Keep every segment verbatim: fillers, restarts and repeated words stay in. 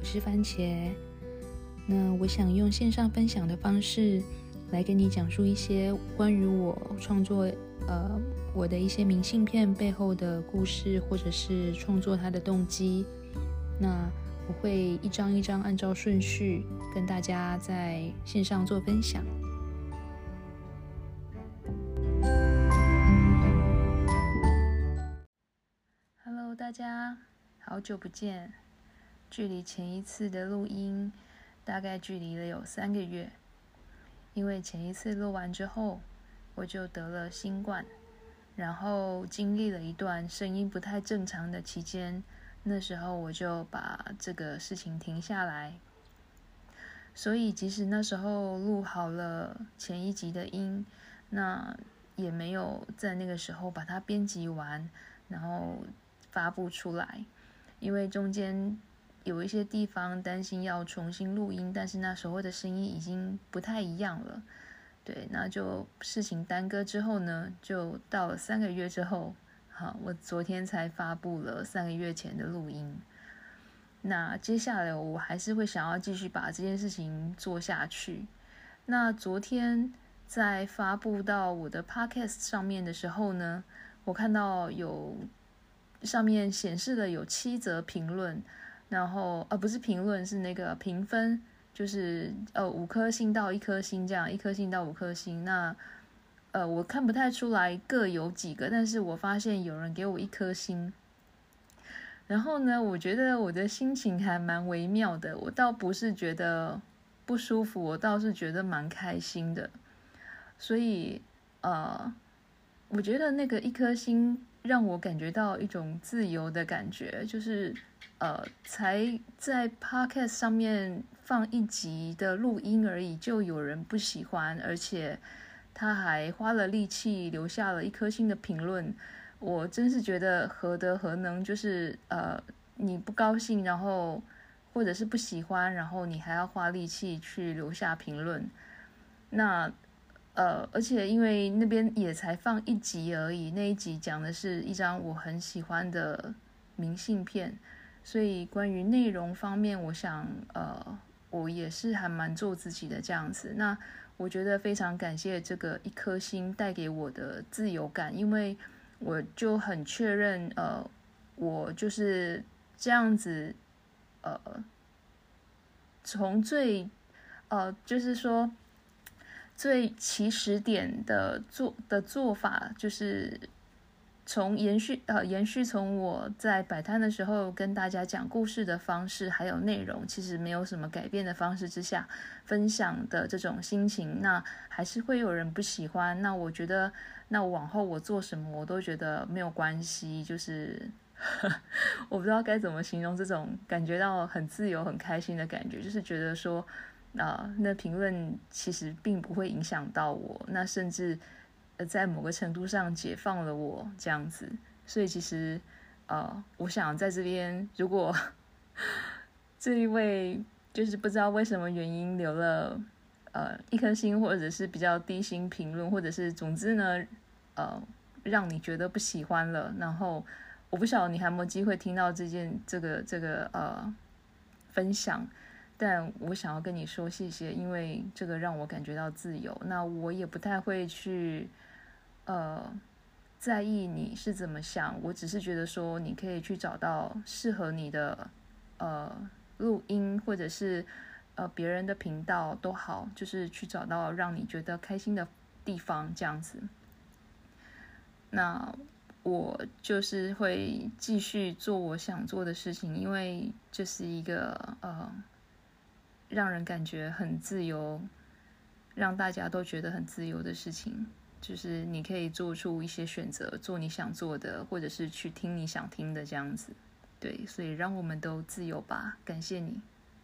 是番茄。那我想用线上分享的方式来跟你讲述一些关于我创作呃我的一些明信片背后的故事，或者是创作它的动机。那我会一张一张按照顺序跟大家在线上做分享。Hello， 大家好久不见。距离前一次的录音大概距离了有三个月，因为前一次录完之后我就得了新冠，然后经历了一段声音不太正常的期间，那时候我就把这个事情停下来。所以即使那时候录好了前一集的音，那也没有在那个时候把它编辑完然后发布出来，因为中间有一些地方担心要重新录音，但是那时候的声音已经不太一样了。对，那就事情耽搁之后呢，就到了三个月之后，好，我昨天才发布了三个月前的录音。那接下来我还是会想要继续把这件事情做下去。那昨天在发布到我的 podcast 上面的时候呢，我看到有上面显示了有七则评论，然后呃不是评论，是那个评分，就是呃五颗星到一颗星这样，一颗星到五颗星。那呃我看不太出来各有几个，但是我发现有人给我一颗星。然后呢，我觉得我的心情还蛮微妙的，我倒不是觉得不舒服，我倒是觉得蛮开心的。所以呃我觉得那个一颗星让我感觉到一种自由的感觉，就是呃，才在 podcast 上面放一集的录音而已，就有人不喜欢，而且他还花了力气留下了一颗星的评论。我真是觉得何德何能，就是呃，你不高兴，然后或者是不喜欢，然后你还要花力气去留下评论。那呃，而且因为那边也才放一集而已，那一集讲的是一张我很喜欢的明信片，所以关于内容方面，我想呃，我也是还蛮做自己的这样子。那我觉得非常感谢这个一颗星带给我的自由感，因为我就很确认呃，我就是这样子呃，从最呃，就是说最起始点的做的做法，就是从延续呃延续从我在摆摊的时候跟大家讲故事的方式，还有内容，其实没有什么改变的方式之下分享的这种心情，那还是会有人不喜欢。那我觉得，那往后我做什么我都觉得没有关系，就是我不知道该怎么形容这种感觉到很自由、很开心的感觉，就是觉得说，啊、呃，那评论其实并不会影响到我，那甚至。在某个程度上解放了我这样子。所以其实呃，我想在这边，如果这一位就是不知道为什么原因留了呃一颗星，或者是比较低星评论，或者是总之呢呃让你觉得不喜欢了，然后我不晓得你还有没有机会听到这件这个这个呃分享，但我想要跟你说谢谢，因为这个让我感觉到自由。那我也不太会去呃，在意你是怎么想，我只是觉得说你可以去找到适合你的呃录音，或者是呃别人的频道都好，就是去找到让你觉得开心的地方这样子。那我就是会继续做我想做的事情，因为这是一个呃让人感觉很自由，让大家都觉得很自由的事情。就是你可以做出一些选择，做你想做的，或者是去听你想听的这样子。对，所以让我们都自由吧，感谢你。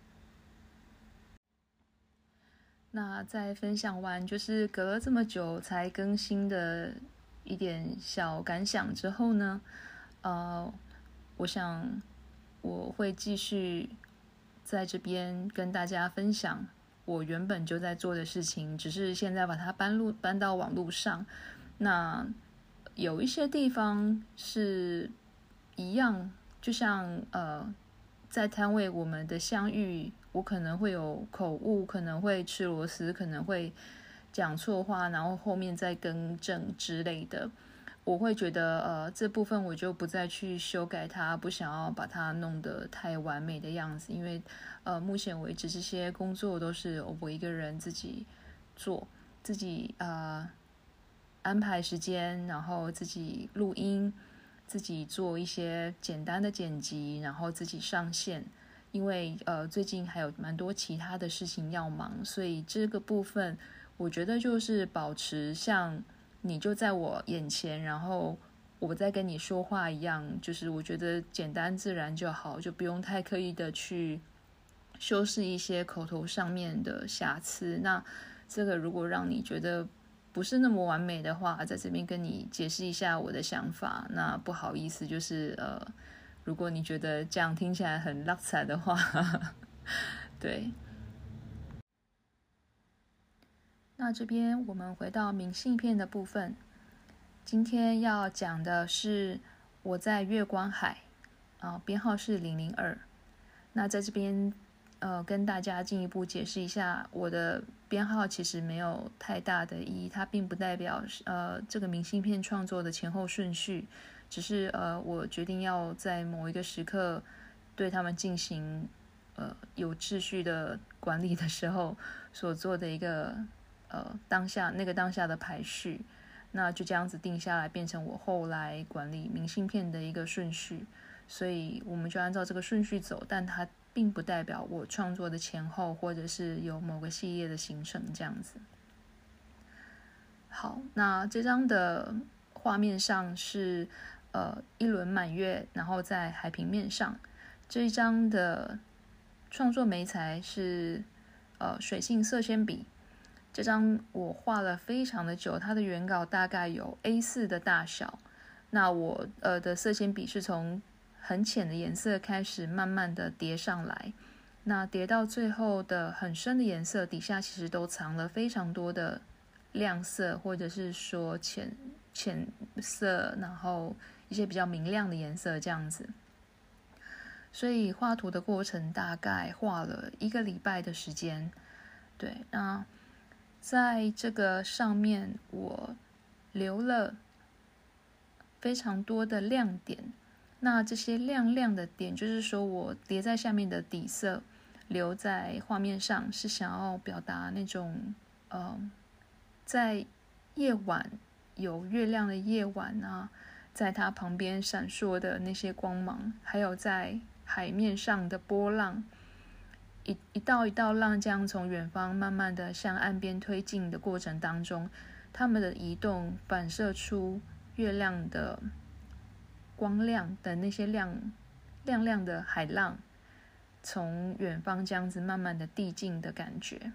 那在分享完就是隔了这么久才更新的一点小感想之后呢，呃，我想我会继续在这边跟大家分享我原本就在做的事情，只是现在把它搬路搬到网络上。那有一些地方是一样，就像呃在摊位我们的相遇，我可能会有口误，可能会吃螺丝，可能会讲错话，然后后面再更正之类的。我会觉得呃这部分我就不再去修改它，不想要把它弄得太完美的样子，因为呃目前为止这些工作都是我一个人自己做，自己呃安排时间，然后自己录音，自己做一些简单的剪辑，然后自己上线。因为呃最近还有蛮多其他的事情要忙，所以这个部分我觉得就是保持像你就在我眼前，然后我在跟你说话一样，就是我觉得简单自然就好，就不用太刻意的去修饰一些口头上面的瑕疵。那这个如果让你觉得不是那么完美的话，在这边跟你解释一下我的想法，那不好意思，就是呃如果你觉得这样听起来很拉惨的话对。那这边我们回到明信片的部分，今天要讲的是我在月光海，啊、呃，编号是零零二。那在这边呃跟大家进一步解释一下，我的编号其实没有太大的意义，它并不代表呃这个明信片创作的前后顺序，只是呃我决定要在某一个时刻对他们进行呃有秩序的管理的时候所做的一个呃当下那个当下的排序，那就这样子定下来，变成我后来管理明信片的一个顺序，所以我们就按照这个顺序走，但它并不代表我创作的前后，或者是有某个系列的形成这样子。好，那这张的画面上是呃一轮满月，然后在海平面上。这一张的创作媒材是呃水性色铅笔。这张我画了非常的久，它的原稿大概有 A 四 的大小。那我呃的色铅笔是从很浅的颜色开始慢慢的叠上来，那叠到最后的很深的颜色底下，其实都藏了非常多的亮色，或者是说浅浅色，然后一些比较明亮的颜色这样子。所以画图的过程大概画了一个礼拜的时间。对，那在这个上面我留了非常多的亮点，那这些亮亮的点就是说我叠在下面的底色留在画面上，是想要表达那种呃在夜晚有月亮的夜晚啊，在它旁边闪烁的那些光芒，还有在海面上的波浪，一一道一道浪将从远方慢慢的向岸边推进的过程当中，它们的移动反射出月亮的光亮的那些亮亮亮的海浪，从远方这样子慢慢的递进的感觉。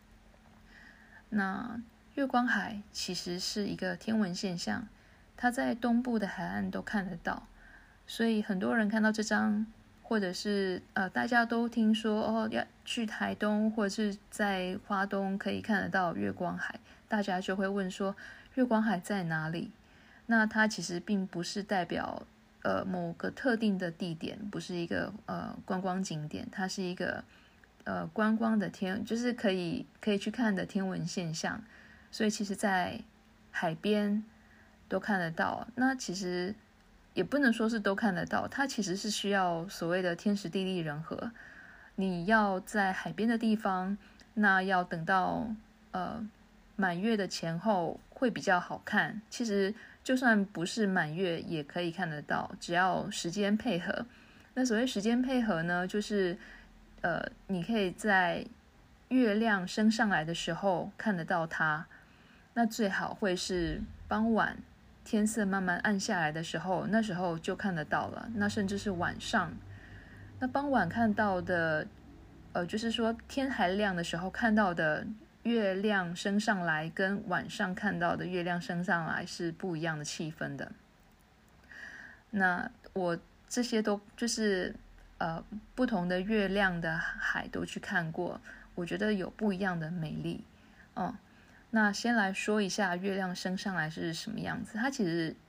那月光海其实是一个天文现象，它在东部的海岸都看得到，所以很多人看到这张，或者是呃大家都听说哦要去台东或者是在花东可以看得到月光海，大家就会问说月光海在哪里？那它其实并不是代表呃某个特定的地点，不是一个呃观光景点，它是一个呃观光的天，就是可以可以去看的天文现象。所以其实在海边都看得到。那其实也不能说是都看得到，它其实是需要所谓的天时地利人和。你要在海边的地方，那要等到呃满月的前后会比较好看。其实就算不是满月也可以看得到，只要时间配合。那所谓时间配合呢，就是呃你可以在月亮升上来的时候看得到它，那最好会是傍晚天色慢慢暗下来的时候，那时候就看得到了。那甚至是晚上，那傍晚看到的呃，就是说天还亮的时候看到的月亮升上来，跟晚上看到的月亮升上来是不一样的气氛的。那我这些都就是呃不同的月亮的海都去看过，我觉得有不一样的美丽。嗯，那先来说一下月亮升上来是什么样子。它其实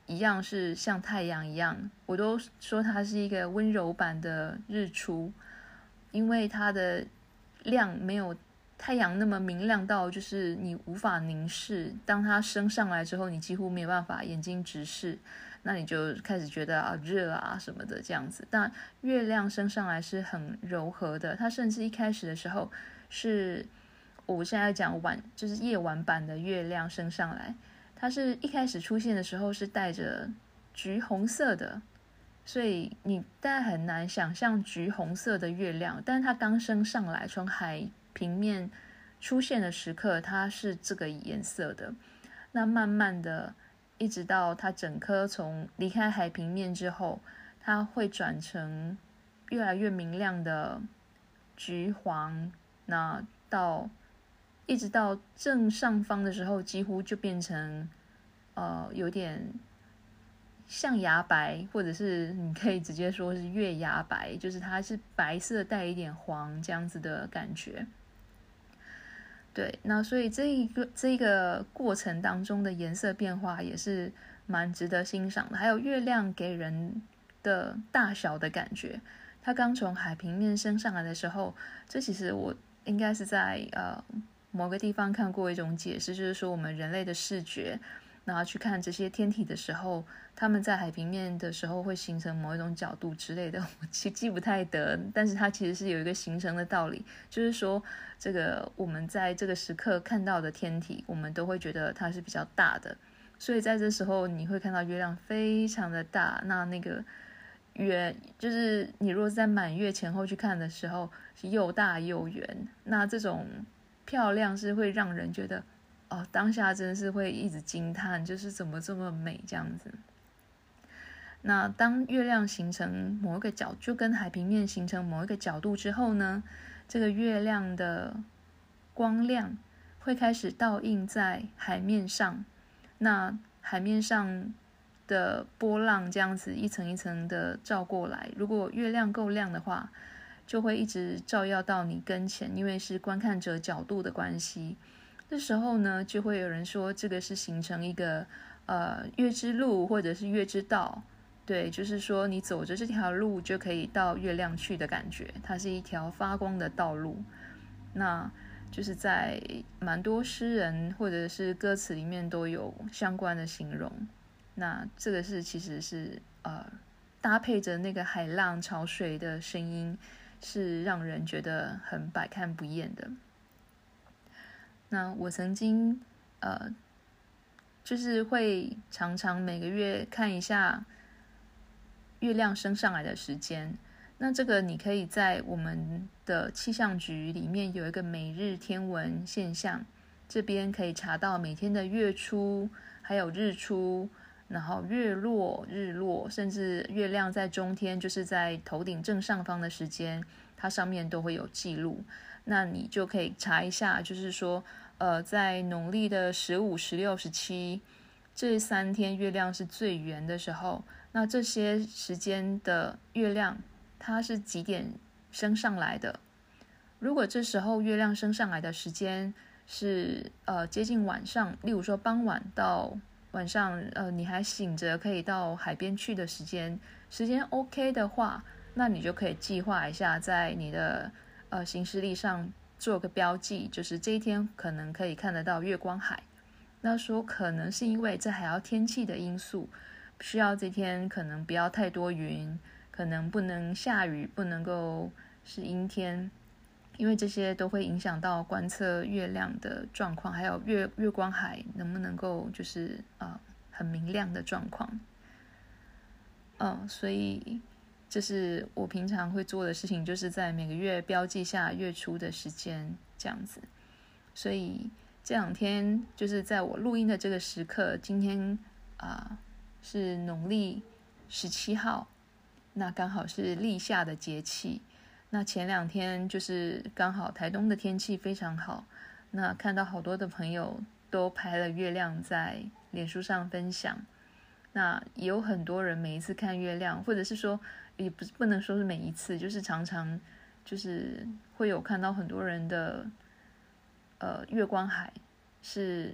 一样是像太阳一样，我都说它是一个温柔版的日出，因为它的亮没有太阳那么明亮到就是你无法凝视，当它升上来之后，你几乎没有办法眼睛直视，那你就开始觉得啊热啊什么的这样子。但月亮升上来是很柔和的，它甚至一开始的时候是，我现在讲晚就是夜晚版的月亮升上来，它是一开始出现的时候是带着橘红色的，所以你大概很难想象橘红色的月亮，但是它刚升上来，从海平面出现的时刻，它是这个颜色的。那慢慢的，一直到它整颗从离开海平面之后，它会转成越来越明亮的橘黄，那到一直到正上方的时候，几乎就变成呃有点像牙白，或者是你可以直接说是月牙白，就是它是白色带一点黄这样子的感觉。对，那所以这一个这一个过程当中的颜色变化也是蛮值得欣赏的。还有月亮给人的大小的感觉，它刚从海平面升上来的时候，这其实我应该是在呃某个地方看过一种解释，就是说我们人类的视觉，然后去看这些天体的时候，他们在海平面的时候会形成某一种角度之类的，我其实记不太得，但是它其实是有一个形成的道理，就是说这个我们在这个时刻看到的天体，我们都会觉得它是比较大的，所以在这时候你会看到月亮非常的大，那那个圆就是你如果是在满月前后去看的时候是又大又圆，那这种漂亮是会让人觉得哦，当下真的是会一直惊叹，就是怎么这么美这样子。那当月亮形成某一个角，就跟海平面形成某一个角度之后呢，这个月亮的光亮会开始倒映在海面上，那海面上的波浪这样子一层一层的照过来，如果月亮够亮的话，就会一直照耀到你跟前，因为是观看者角度的关系。这时候呢，就会有人说这个是形成一个呃月之路或者是月之道，对，就是说你走着这条路就可以到月亮去的感觉，它是一条发光的道路。那就是在蛮多诗人或者是歌词里面都有相关的形容。那这个是其实是呃搭配着那个海浪潮水的声音，是让人觉得很百看不厌的。那我曾经呃，就是会常常每个月看一下月亮升上来的时间。那这个你可以在我们的气象局里面有一个每日天文现象，这边可以查到每天的月出，还有日出，然后月落、日落，甚至月亮在中天，就是在头顶正上方的时间，它上面都会有记录。那你就可以查一下，就是说呃，在农历的十五、十六、十七这三天月亮是最圆的时候，那这些时间的月亮它是几点升上来的？如果这时候月亮升上来的时间是呃接近晚上，例如说傍晚到晚上，呃你还醒着可以到海边去的时间，时间 OK 的话，那你就可以计划一下，在你的呃行事历上做个标记，就是这一天可能可以看得到月光海。那说可能是因为这还要天气的因素，需要这天可能不要太多云，可能不能下雨，不能够是阴天，因为这些都会影响到观测月亮的状况，还有月月光海能不能够就是呃很明亮的状况。嗯，所以这是我平常会做的事情，就是在每个月标记下月初的时间这样子。所以这两天就是在我录音的这个时刻，今天啊、呃、是农历十七号，那刚好是立夏的节气。那前两天就是刚好台东的天气非常好，那看到好多的朋友都拍了月亮在脸书上分享。那也有很多人每一次看月亮，或者是说也不不能说是每一次，就是常常就是会有看到很多人的呃月光海是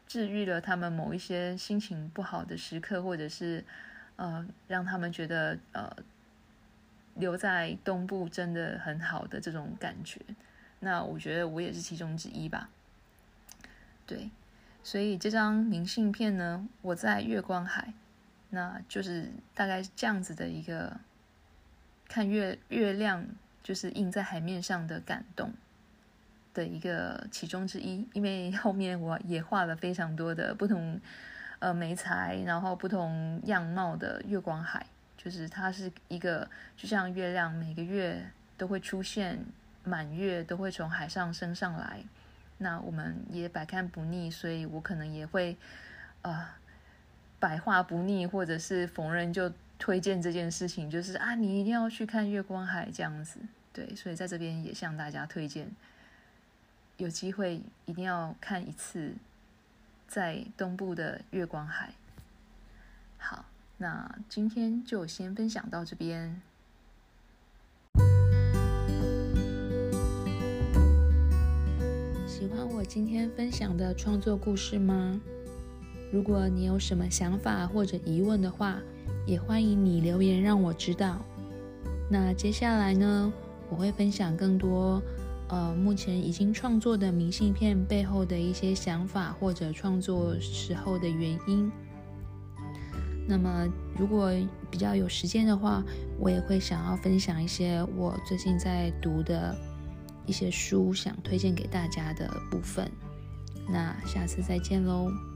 治愈了他们某一些心情不好的时刻，或者是呃让他们觉得呃留在东部真的很好的这种感觉。那我觉得我也是其中之一吧。对，所以这张明信片呢，我在月光海，那就是大概这样子的一个看月月亮就是印在海面上的感动的一个其中之一。因为后面我也画了非常多的不同呃媒材，然后不同样貌的月光海，就是它是一个就像月亮每个月都会出现，满月都会从海上升上来，那我们也百看不腻，所以我可能也会呃百画不腻，或者是逢人就推荐这件事情，就是啊你一定要去看月光海这样子。对，所以在这边也向大家推荐，有机会一定要看一次在东部的月光海。好，那今天就先分享到这边。喜欢我今天分享的创作故事吗？如果你有什么想法或者疑问的话，也欢迎你留言让我知道。那接下来呢，我会分享更多呃目前已经创作的明信片背后的一些想法，或者创作时候的原因。那么如果比较有时间的话，我也会想要分享一些我最近在读的一些书，想推荐给大家的部分。那下次再见喽。